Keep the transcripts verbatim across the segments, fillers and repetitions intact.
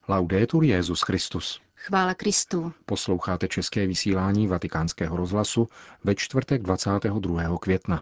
Laudetur Jesus Christus. Chvála Kristu. Posloucháte české vysílání Vatikánského rozhlasu ve čtvrtek dvacátého druhého května.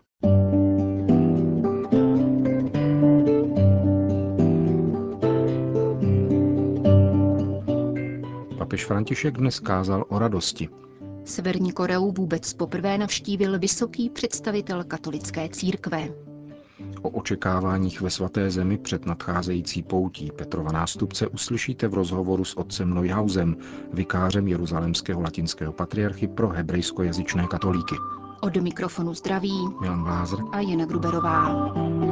Papež František dnes kázal o radosti. Severní Koreu vůbec poprvé navštívil vysoký představitel katolické církve. O očekáváních ve svaté zemi před nadcházející poutí Petrova nástupce uslyšíte v rozhovoru s otcem Neuhausem, vikářem jeruzalémského latinského patriarchy pro hebrejskojazyčné katolíky. Od mikrofonu zdraví Milan Glázer a Jana Gruberová.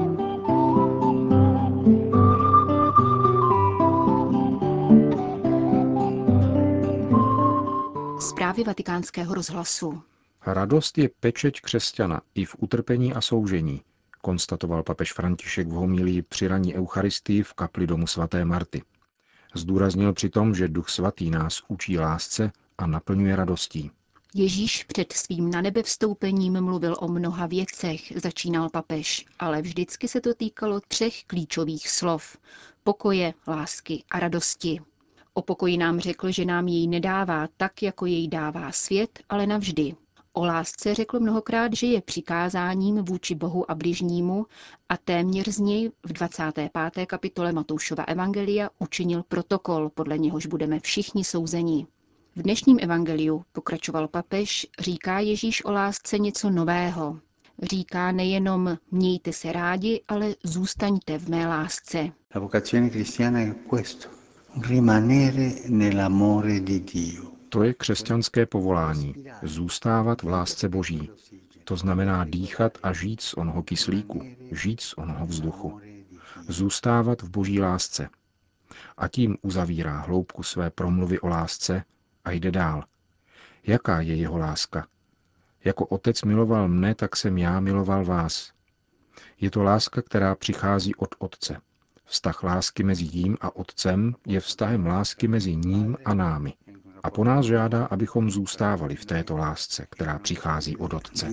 Zprávy Vatikánského rozhlasu. Radost je pečeť křesťana i v utrpení a soužení, konstatoval papež František v homilii při ranní eucharistii v kapli domu svaté Marty. Zdůraznil přitom, že Duch svatý nás učí lásce a naplňuje radostí. Ježíš před svým nanebevstoupením mluvil o mnoha věcech, začínal papež, ale vždycky se to týkalo třech klíčových slov. Pokoje, lásky a radosti. O pokoji nám řekl, že nám jej nedává tak, jako jej dává svět, ale navždy. O lásce řekl mnohokrát, že je přikázáním vůči Bohu a bližnímu a téměř z něj v dvacáté páté kapitole Matoušova evangelia učinil protokol, podle něhož budeme všichni souzeni. V dnešním evangeliu, pokračoval papež, říká Ježíš o lásce něco nového. Říká nejenom mějte se rádi, ale zůstaňte v mé lásce. La vocazione cristiana è questo, rimanere nell'amore di Dio. To je křesťanské povolání, zůstávat v lásce Boží. To znamená dýchat a žít z onoho kyslíku, žít z onoho vzduchu. Zůstávat v Boží lásce. A tím uzavírá hloubku své promluvy o lásce a jde dál. Jaká je jeho láska? Jako otec miloval mne, tak jsem já miloval vás. Je to láska, která přichází od otce. Vztah lásky mezi jím a otcem je vztahem lásky mezi ním a námi. A po nás žádá, abychom zůstávali v této lásce, která přichází od otce.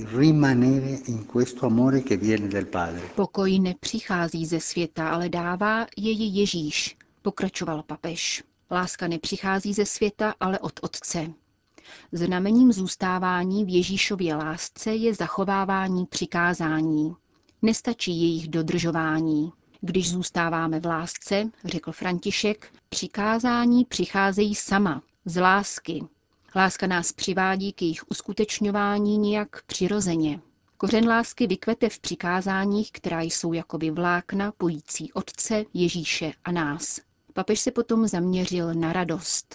Pokoj nepřichází ze světa, ale dává jej Ježíš, pokračoval papež. Láska nepřichází ze světa, ale od otce. Znamením zůstávání v Ježíšově lásce je zachovávání přikázání. Nestačí jejich dodržování. Když zůstáváme v lásce, řekl František, přikázání přicházejí sama, z lásky. Láska nás přivádí k jejich uskutečňování nějak přirozeně. Kořen lásky vykvete v přikázáních, která jsou jakoby vlákna pojící Otce, Ježíše a nás. Papež se potom zaměřil na radost.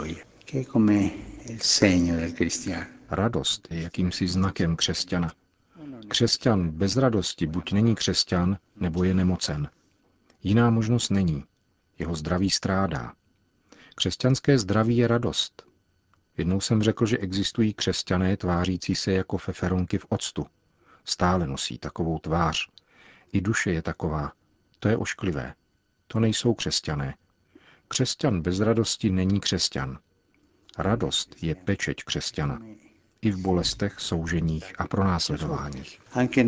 Radost je jakýmsi znakem křesťana. Křesťan bez radosti buď není křesťan, nebo je nemocen. Jiná možnost není. Jeho zdraví strádá. Křesťanské zdraví je radost. Jednou jsem řekl, že existují křesťané tvářící se jako feferonky v octu. Stále nosí takovou tvář. I duše je taková. To je ošklivé. To nejsou křesťané. Křesťan bez radosti není křesťan. Radost je pečeť křesťana. I v bolestech, souženích a pronásledováních.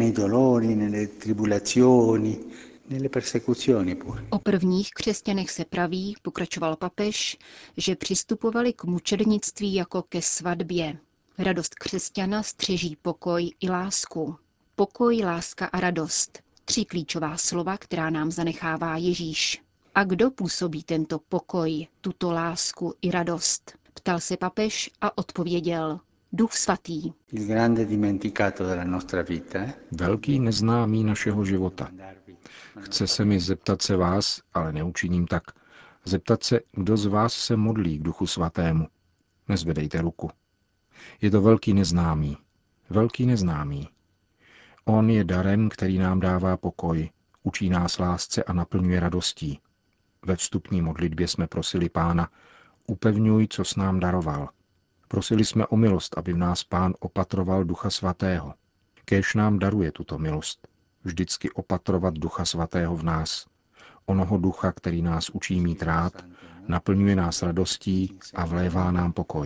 O prvních křesťanech se praví, pokračoval papež, že přistupovali k mučednictví jako ke svatbě. Radost křesťana střeží pokoj i lásku. Pokoj, láska a radost. Tři klíčová slova, která nám zanechává Ježíš. A kdo působí tento pokoj, tuto lásku i radost? Ptal se papež a odpověděl. Duch svatý. Velký neznámý našeho života. Chce se mi zeptat se vás, ale neučiním tak. Zeptat se, kdo z vás se modlí k Duchu svatému. Nezvedejte ruku. Je to velký neznámý. Velký neznámý. On je darem, který nám dává pokoj, učí nás lásce a naplňuje radostí. Ve vstupní modlitbě jsme prosili Pána, upevňuj, co s nám daroval. Prosili jsme o milost, aby v nás Pán opatroval Ducha svatého. Kéž nám daruje tuto milost. Vždycky opatrovat Ducha svatého v nás. Onoho ducha, který nás učí mít rád, naplňuje nás radostí a vlévá nám pokoj.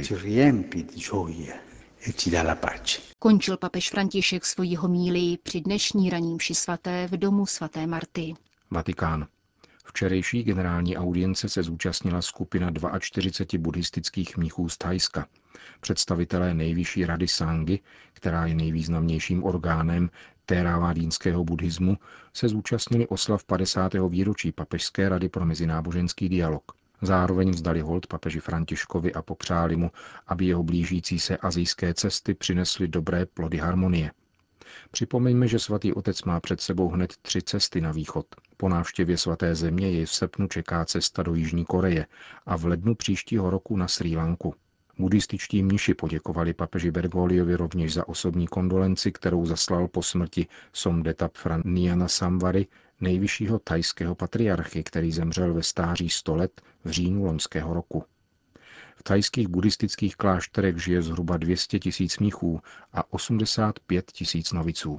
Končil papež František svoji homílii při dnešní ranní mši svaté v domu svaté Marty. Vatikán. Včerejší generální audience se zúčastnila skupina čtyřiceti dvou buddhistických mnichů z Thajska. Představitelé nejvyšší rady Sangy, která je nejvýznamnějším orgánem theravádínského buddhismu, se zúčastnili oslav padesátého výročí Papežské rady pro mezináboženský dialog. Zároveň vzdali hold papeži Františkovi a popřáli mu, aby jeho blížící se asijské cesty přinesly dobré plody harmonie. Připomeňme, že svatý otec má před sebou hned tři cesty na východ. Po návštěvě svaté země jej v srpnu čeká cesta do Jižní Koreje a v lednu příštího roku na Srí Lanku. Buddhističtí mniši poděkovali papeži Bergoliovi rovněž za osobní kondolenci, kterou zaslal po smrti Somdetapfra Nyana Samvary, nejvyššího thajského patriarchy, který zemřel ve stáří sto let v říjnu loňského roku. V thajských buddhistických klášterech žije zhruba dvě stě tisíc mnichů a osmdesát pět tisíc noviců.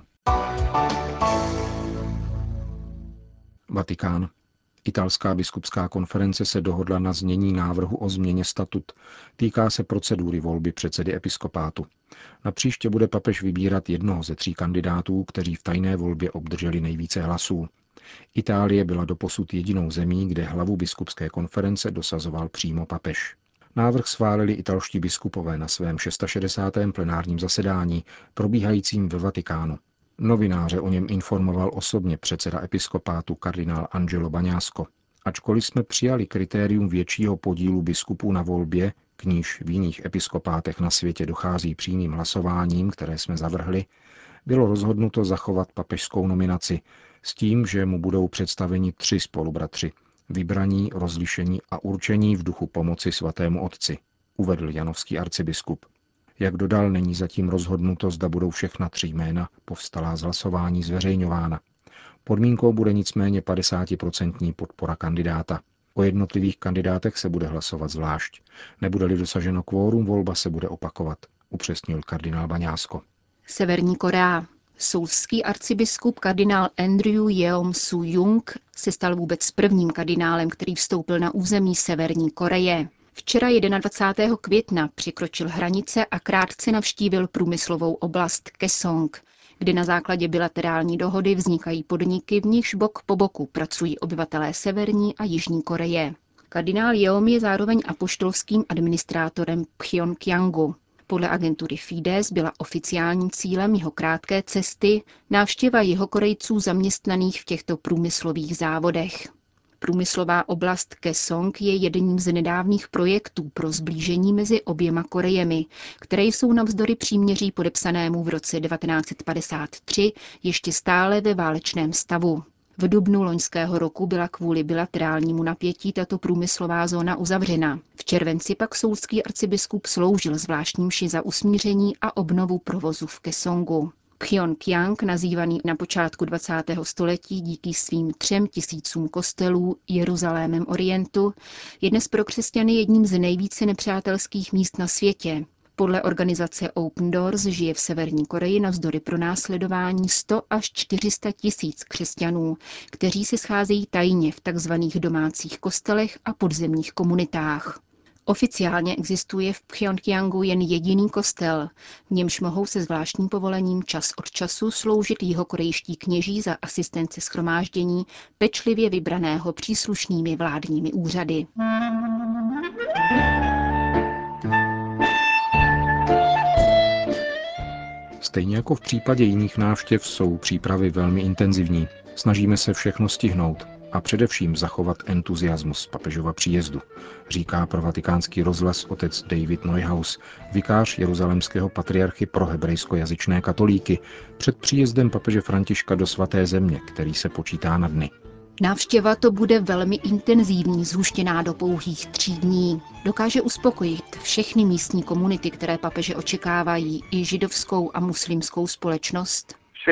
Vatikán. Italská biskupská konference se dohodla na znění návrhu o změně statut. Týká se procedury volby předsedy episkopátu. Napříště bude papež vybírat jednoho ze tří kandidátů, kteří v tajné volbě obdrželi nejvíce hlasů. Itálie byla doposud jedinou zemí, kde hlavu biskupské konference dosazoval přímo papež. Návrh schválili italští biskupové na svém šedesátém šestém plenárním zasedání, probíhajícím ve Vatikánu. Novináře o něm informoval osobně předseda episkopátu kardinál Angelo Bagnasco. Ačkoliv jsme přijali kritérium většího podílu biskupů na volbě, k níž v jiných episkopátech na světě dochází přímým hlasováním, které jsme zavrhli, bylo rozhodnuto zachovat papežskou nominaci s tím, že mu budou představeni tři spolubratři, vybraní, rozlišení a určení v duchu pomoci svatému otci, uvedl janovský arcibiskup. Jak dodal, není zatím rozhodnuto, zda budou všechna tři jména povstalá z hlasování zveřejňována. Podmínkou bude nicméně padesátiprocentní podpora kandidáta. O jednotlivých kandidátech se bude hlasovat zvlášť. Nebude-li dosaženo kvórum, volba se bude opakovat, upřesnil kardinál Bagnasco. Severní Korea. Soulský arcibiskup kardinál Andrew Yeom Su-jung se stal vůbec prvním kardinálem, který vstoupil na území Severní Koreje. Včera dvacátého prvního května překročil hranice a krátce navštívil průmyslovou oblast Kaesong, kde na základě bilaterální dohody vznikají podniky, v nichž bok po boku pracují obyvatelé Severní a Jižní Koreje. Kardinál Yeom je zároveň apoštolským administrátorem Pchjongjangu. Podle agentury Fides byla oficiálním cílem jeho krátké cesty návštěva jihokorejců zaměstnaných v těchto průmyslových závodech. Průmyslová oblast Kaesong je jedním z nedávných projektů pro sblížení mezi oběma Korejemi, které jsou navzdory příměří podepsanému v roce devatenáct set padesát tři ještě stále ve válečném stavu. V dubnu loňského roku byla kvůli bilaterálnímu napětí tato průmyslová zóna uzavřena. V červenci pak soulský arcibiskup sloužil zvláštní mši za usmíření a obnovu provozu v Kaesongu. Pchjongjang, nazývaný na počátku dvacátého století díky svým třem tisícům kostelů Jeruzalémem Orientu, je dnes pro křesťany jedním z nejvíce nepřátelských míst na světě. Podle organizace Open Doors žije v Severní Koreji navzdory pronásledování sto až čtyři sta tisíc křesťanů, kteří se scházejí tajně v takzvaných domácích kostelech a podzemních komunitách. Oficiálně existuje v Pchjongjangu jen jediný kostel, v němž mohou se zvláštním povolením čas od času sloužit jihokorejští kněží za asistence shromáždění pečlivě vybraného příslušnými vládními úřady. Stejně jako v případě jiných návštěv jsou přípravy velmi intenzivní. Snažíme se všechno stihnout a především zachovat entuziasmus papežova příjezdu, říká pro Vatikánský rozhlas otec David Neuhaus, vikář jeruzalémského patriarchy pro hebrejskojazyčné katolíky, před příjezdem papeže Františka do svaté země, který se počítá na dny. Návštěva to bude velmi intenzivní, zhuštěná do pouhých tří dní. Dokáže uspokojit všechny místní komunity, které papeže očekávají, i židovskou a muslimskou společnost?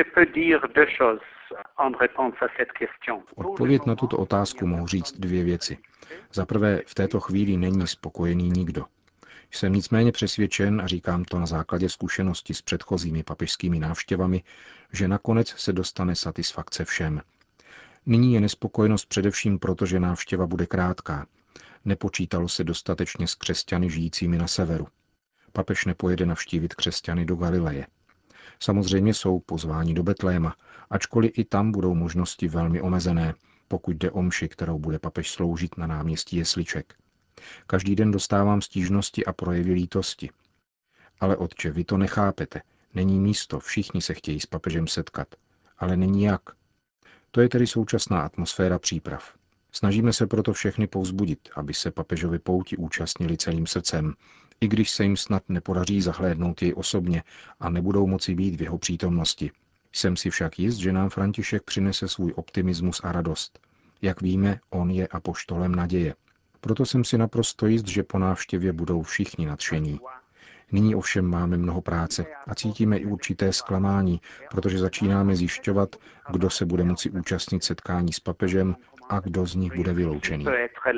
V odpověď na tuto otázku mohu říct dvě věci. Za prvé, v této chvíli není spokojený nikdo. Jsem nicméně přesvědčen, a říkám to na základě zkušenosti s předchozími papežskými návštěvami, že nakonec se dostane satisfakce všem. Nyní je nespokojenost především proto, že návštěva bude krátká. Nepočítalo se dostatečně s křesťany žijícími na severu. Papež nepojede navštívit křesťany do Galileje. Samozřejmě jsou pozváni do Betléma, ačkoliv i tam budou možnosti velmi omezené, pokud jde o mši, kterou bude papež sloužit na náměstí Jesliček. Každý den dostávám stížnosti a projevy lítosti. Ale otče, vy to nechápete. Není místo, všichni se chtějí s papežem setkat. Ale není jak. To je tedy současná atmosféra příprav. Snažíme se proto všechny povzbudit, aby se papežovi pouti účastnili celým srdcem, i když se jim snad nepodaří zahlédnout jej osobně a nebudou moci být v jeho přítomnosti. Jsem si však jist, že nám František přinese svůj optimismus a radost. Jak víme, on je apoštolem naděje. Proto jsem si naprosto jist, že po návštěvě budou všichni nadšení. Nyní ovšem máme mnoho práce a cítíme i určité zklamání, protože začínáme zjišťovat, kdo se bude moci účastnit setkání s papežem a kdo z nich bude vyloučený.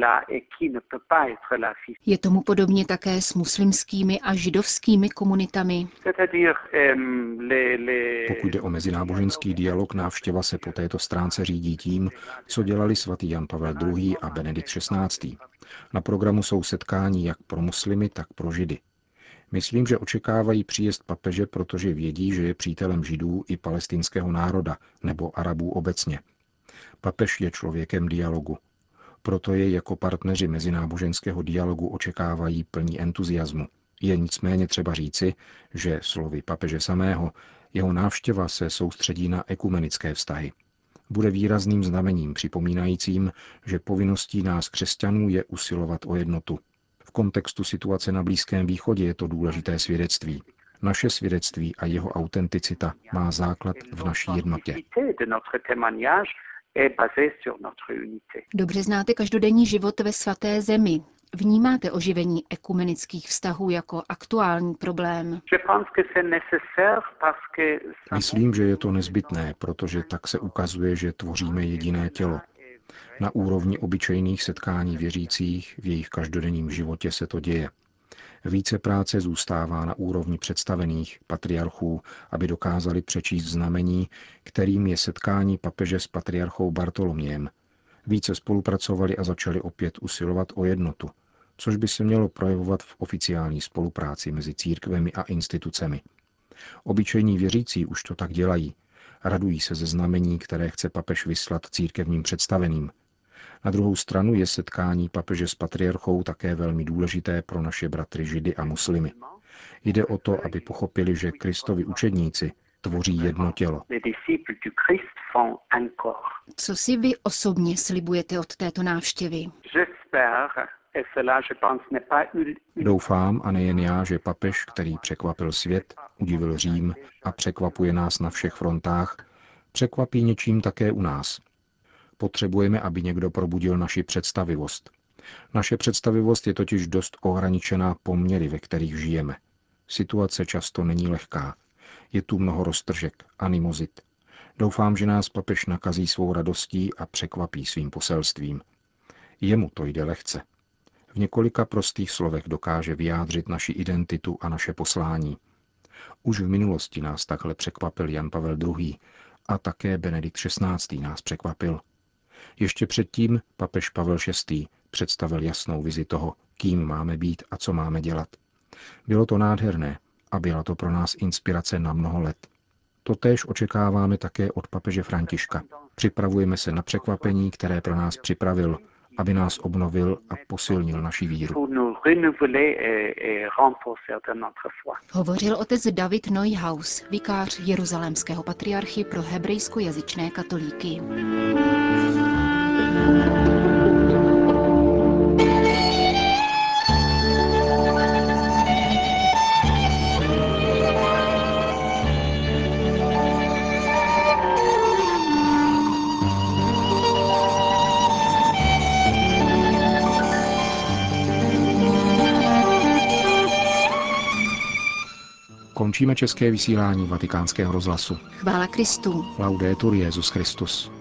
Je tomu podobně také s muslimskými a židovskými komunitami. Pokud jde o mezináboženský dialog, návštěva se po této stránce řídí tím, co dělali svatý Jan Pavel druhý. A Benedikt šestnáctý. Na programu jsou setkání jak pro muslimy, tak pro židy. Myslím, že očekávají příjezd papeže, protože vědí, že je přítelem židů i palestinského národa nebo Arabů obecně. Papež je člověkem dialogu. Proto je jako partneři mezináboženského dialogu očekávají plní entuziasmu. Je nicméně třeba říci, že slovy papeže samého jeho návštěva se soustředí na ekumenické vztahy. Bude výrazným znamením připomínajícím, že povinností nás křesťanů je usilovat o jednotu. V kontextu situace na Blízkém východě je to důležité svědectví. Naše svědectví a jeho autenticita má základ v naší jednotě. Dobře znáte každodenní život ve svaté zemi. Vnímáte oživení ekumenických vztahů jako aktuální problém? Myslím, že je to nezbytné, protože tak se ukazuje, že tvoříme jediné tělo. Na úrovni obyčejných setkání věřících v jejich každodenním životě se to děje. Více práce zůstává na úrovni představených patriarchů, aby dokázali přečíst znamení, kterým je setkání papeže s patriarchou Bartolomějem. Více spolupracovali a začali opět usilovat o jednotu, což by se mělo projevovat v oficiální spolupráci mezi církvemi a institucemi. Obyčejní věřící už to tak dělají. Radují se ze znamení, které chce papež vyslat církevním představeným. Na druhou stranu je setkání papeže s patriarchou také velmi důležité pro naše bratry židy a muslimy. Jde o to, aby pochopili, že Kristovi učedníci tvoří jedno tělo. Co si vy osobně slibujete od této návštěvy? Doufám, a nejen já, že papež, který překvapil svět, udivil Řím a překvapuje nás na všech frontách, překvapí něčím také u nás. Potřebujeme, aby někdo probudil naši představivost. Naše představivost je totiž dost ohraničená poměry, ve kterých žijeme. Situace často není lehká. Je tu mnoho roztržek, animozit. Doufám, že nás papež nakazí svou radostí a překvapí svým poselstvím. Jemu to jde lehce. V několika prostých slovech dokáže vyjádřit naši identitu a naše poslání. Už v minulosti nás takhle překvapil Jan Pavel druhý. A také Benedikt šestnáctý. nás překvapil. Ještě předtím papež Pavel šestý. představil jasnou vizi toho, kým máme být a co máme dělat. Bylo to nádherné a byla to pro nás inspirace na mnoho let. Totéž očekáváme také od papeže Františka. Připravujeme se na překvapení, které pro nás připravil, aby nás obnovil a posilnil naši víru. Hovořil otec David Neuhaus, vikář jeruzalémského patriarchy pro hebrejskojazyčné katolíky. Končíme české vysílání Vatikánského rozhlasu. Chvála Kristu. Laudetur Jesus Christus.